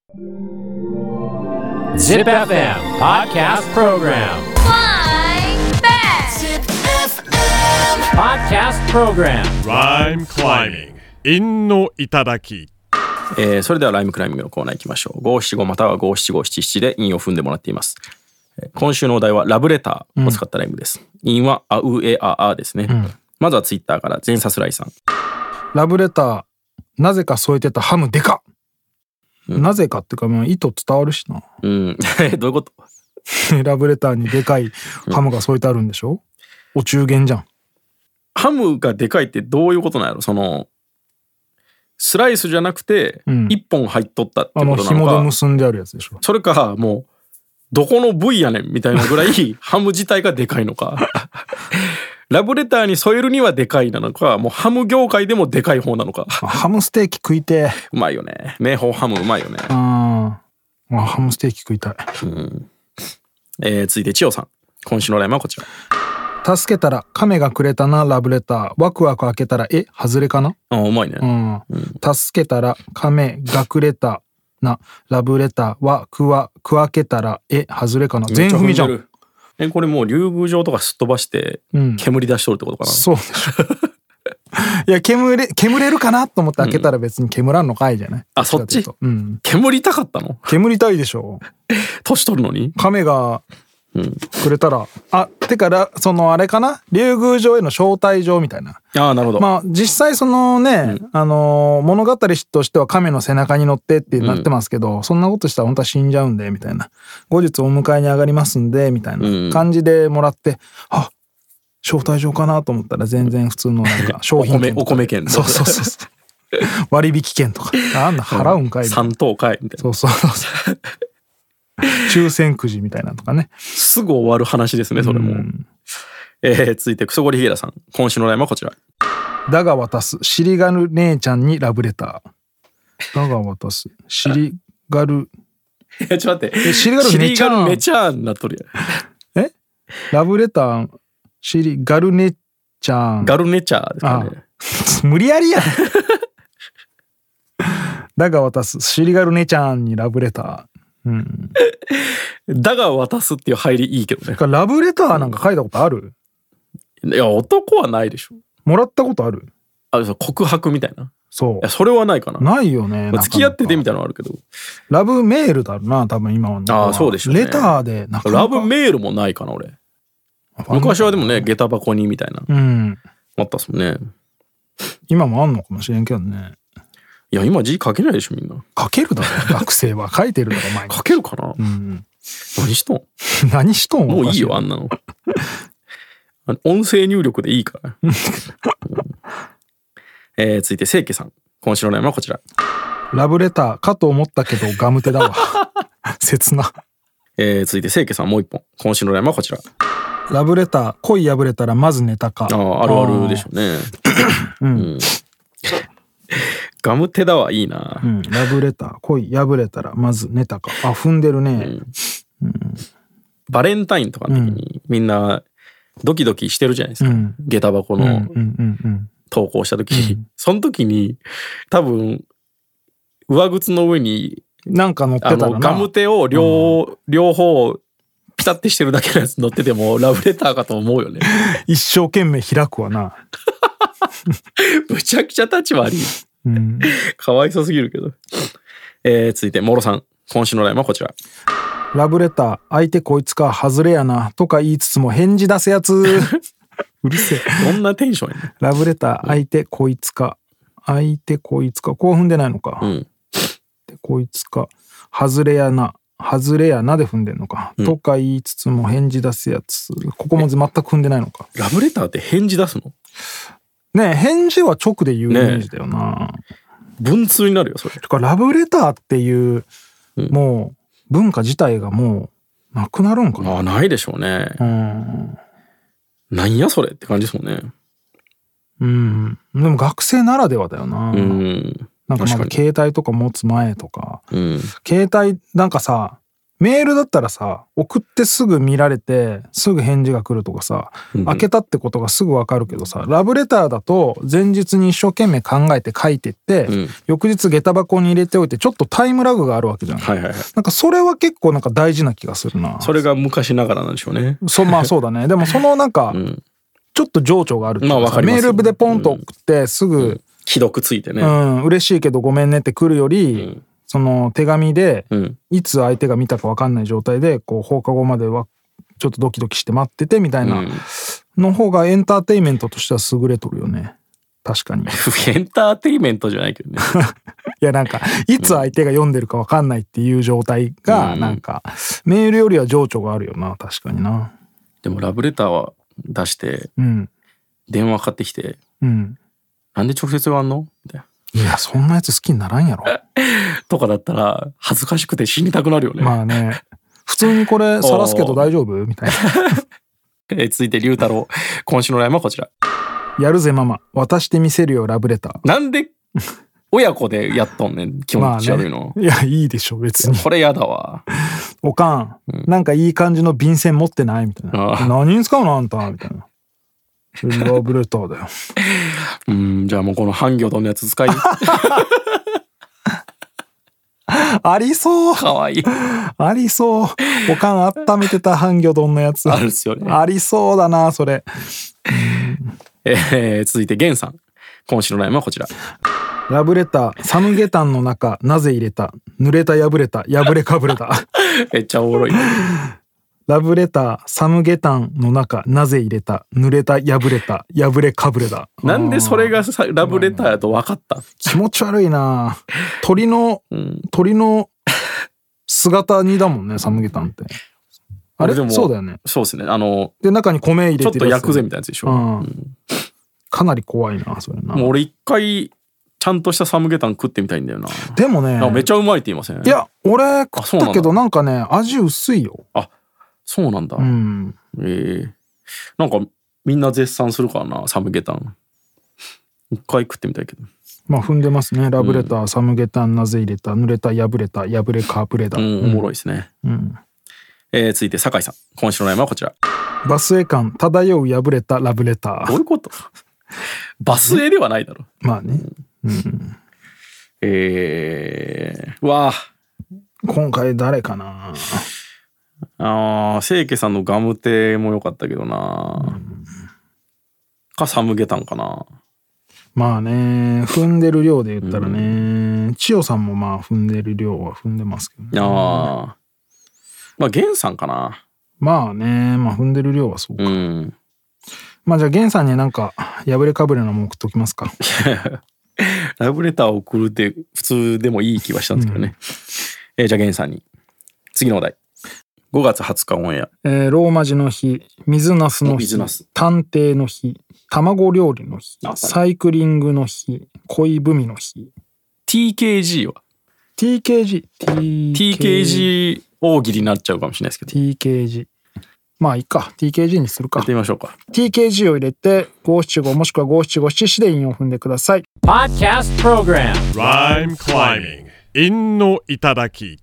Zip FM Podcast Program Flying Back Podcast Program Rhyme climbing 陰の頂き。 それではライムクライミングのコーナー行きましょう。五七五または五七五七七で韻を踏んでもらっています。今週のお題はラブレターを使ったライムです。韻はあうえああですね。まずはツイッターから全サスライさん。 ラブレターなぜか添えてたハムでかっ、なぜかっていうか、意図伝わるしな。 どういうこと？ ラブレターにでかいハムが添えてあるんでしょ。お中元じゃん。 ハムがでかいってどういうことなんやろ。そのスライスじゃなくて一本入っとったってことなのか、 紐で結んであるやつでしょ。 それかもうどこの部位やねんみたいなぐらいハム自体がでかいのかラブレターに添えるにはでかいなのか、もうハム業界でもでかい方なのか。 ハムステーキ食いてうまいよね。名宝ハムうまいよね。 ハムステーキ食いたい。 続いて千代さん。今週のライムはこちら。 助けたら亀がくれたなラブレター、ワクワク開けたら外れかな。 うまいね。 助けたら亀がくれたなラブレターはく開けたら外れかな。全踏みじゃん。 これもう竜宮城とかすっ飛ばして煙出しとるってことかな。 そうでしょいや煙れるかなと思って開けたら別に煙らんのかいじゃない。 あ、そっち、煙りたかったの。 煙りたいでしょ年取るのに亀がくれたら、てからそのあれかな、竜宮城への招待状みたいな。 なるほど。 実際そのね、物語としては亀の背中に乗ってってなってますけど、そんなことしたら本当は死んじゃうんでみたいな、後日お迎えに上がりますんでみたいな感じでもらって、招待状かなと思ったら全然普通のなんか商品券お米券。 そう割引券とか、なんだ払うんかい、 3等かいみたいな。 そう抽選くじみたいなとかね。 すぐ終わる話ですねそれも。続いてクソゴリヒゲラさん。今週のライムはこちら。 だが渡すシリガル姉ちゃんにラブレター。だが渡すシリガルちょっと待って、 シリガルネチャーンめちゃなっとるやん。 ラブレターシリガルネチャーン。 ガルネチャーですかね。 無理やりやんだが渡すシリガル姉ちゃんにラブレター。 だが渡すっていう入りいいけどね。 ラブレターなんか書いたことある？ いや男はないでしょ。 もらったことある？ 告白みたいな。 そう。 いやそれはないかな。 ないよね。 付き合っててみたいなのあるけど。 ラブメールだろな多分今は。 そうでしょうね。 レターでなかなか。 ラブメールもないかな俺。昔はでもね下駄箱にみたいな。あったっすもんね。今もあんのかもしれんけどね。 いや今字書けないでしょみんな。 書けるだろ学生は書いてるだろ前に。 書けるかな。何しとん何しとん。 もういいよあんなの。音声入力でいいから。続いて清家さん。今週のライムはこちら。 ラブレターかと思ったけどガム手だわ切な。 続いて清家さんもう一本。今週のライムはこちら。 ラブレター恋破れたらまずネタか。 あるあるでしょうね。ガム手だはいいな。 ラブレター恋破れたらまずネタか。踏んでるね。 バレンタインとかの時にみんなドキドキしてるじゃないですか。下駄箱の投稿した時に、その時に多分上靴の上になんか乗ってたらな、 ガム手を両方ピタッてしてるだけのやつ乗っててもラブレターかと思うよね。 一生懸命開くわな。 むちゃくちゃ立ち悪い。かわいそうすぎるけど。続いてモロさん。今週のライムはこちら。 ラブレター相手こいつか外れやなとか言いつつも返事出すやつ。うるせえ。 どんなテンションやねん。 ラブレター相手こいつかこう踏んでないのか。こいつか外れやなで踏んでんのか、とか言いつつも返事出すやつ。ここも全く踏んでないのか。 ラブレターって返事出すの？ ねえ、返事は直で言うイメージだよな。 文通になるよそれ。 ラブレターっていう、もう文化自体がもうなくなるんかな。 ないでしょうね。なんやそれって感じですもんね。 でも学生ならではだよな。なんかまだ携帯とか持つ前とか、携帯なんかさ、 メールだったらさ、送ってすぐ見られてすぐ返事が来るとかさ、開けたってことがすぐ分かるけどさ、ラブレターだと前日に一生懸命考えて書いてって、翌日下駄箱に入れておいてちょっとタイムラグがあるわけじゃん。なんかそれは結構なんか大事な気がするな。 それが昔ながらなんでしょうね。 まあそうだね。でもそのなんか、ちょっと情緒があるっていうか、 まあわかりますよ。 メールでポンと送ってすぐ、 既読ついてね。 嬉しいけどごめんねって来るより、その手紙でいつ相手が見たか分かんない状態でこう放課後まではちょっとドキドキして待っててみたいなの方がエンターテインメントとしては優れとるよね。確かに。 エンターテインメントじゃないけどね。 いやなんかいつ相手が読んでるか分かんないっていう状態がなんかメールよりは情緒があるよな。確かにな。 でもラブレターは出して電話かかってきて、なんで直接言わんのみたいな。 いやそんなやつ好きにならんやろとかだったら恥ずかしくて死にたくなるよね。 まあね、普通にこれ晒すけど大丈夫みたいな。続いて龍太郎、今週のラインはこちら。 やるぜママ、渡してみせるよラブレター。 なんで親子でやっとんねん、気持ち悪いの。 いやいいでしょ別に。 これやだわ。 おかん、なんかいい感じの便箋持ってないみたいな。何に使うのあんたみたいな。ラブレターだよ。 じゃあもうこのハンギョドンのやつ使い。 ありそう。 かわいい。 ありそう。おかん温めてたハンギョドンのやつ。 あるっすよね。 ありそうだなそれ。 続いてゲンさん、今週のラインはこちら。 ラブレター、サムゲタンの中なぜ入れた、濡れた破れた破れかぶれた。 めっちゃおもろい。 ラブレター、サムゲタンの中なぜ入れた、濡れた破れた破れかぶれた。 なんでそれがラブレターやと分かった？ 気持ち悪いな。鳥の姿にだもんね、サムゲタンって。あれそうだよね。 そうですね。 で中に米入れてるやつ。 ちょっと焼くぜみたいなやつでしょ。 かなり怖いなそれな。 もう俺一回ちゃんとしたサムゲタン食ってみたいんだよな。 でもね、 めっちゃうまいって言いません？ いや俺食ったけどなんかね味薄いよ。 あ、そうなんだ。なんかみんな絶賛するからな、サムゲタン。一回食ってみたいけど。 まあ踏んでますね。ラブレター、サムゲタンなぜ入れた、濡れた破れた破れかぶれた。 おもろいですね。続いて酒井さん、今週のラインはこちら。 バスエ感漂う破れたラブレター。 どういうこと？バスエではないだろ。 まあね。 わあ。 今回誰かな。 清家さんのガムテも良かったけどな。かサムゲタンかな。まあね、踏んでる量で言ったらね、千代さんもまあ踏んでる量は踏んでますけどね。 まあ源さんかな。 まあね、まあ踏んでる量はそうか。まあじゃあ源さんになんか破れかぶれなもん送っときますか。 ラブレターを送るって普通でもいい気はしたんですけどね。じゃあ源さんに次のお題。5月20日オンエア。 ローマ字の日、水ナスの日、探偵の日、卵料理の日、サイクリングの日、恋文の日。 TKG は TKG 大喜利になっちゃうかもしれないですけど。 TKG。まあいいか。TKG にするか。 やってみましょうか。 TKG を入れて、575もしくは57577で韻を踏んでください。 Podcast Program Rhyme Climbing 韻の頂き。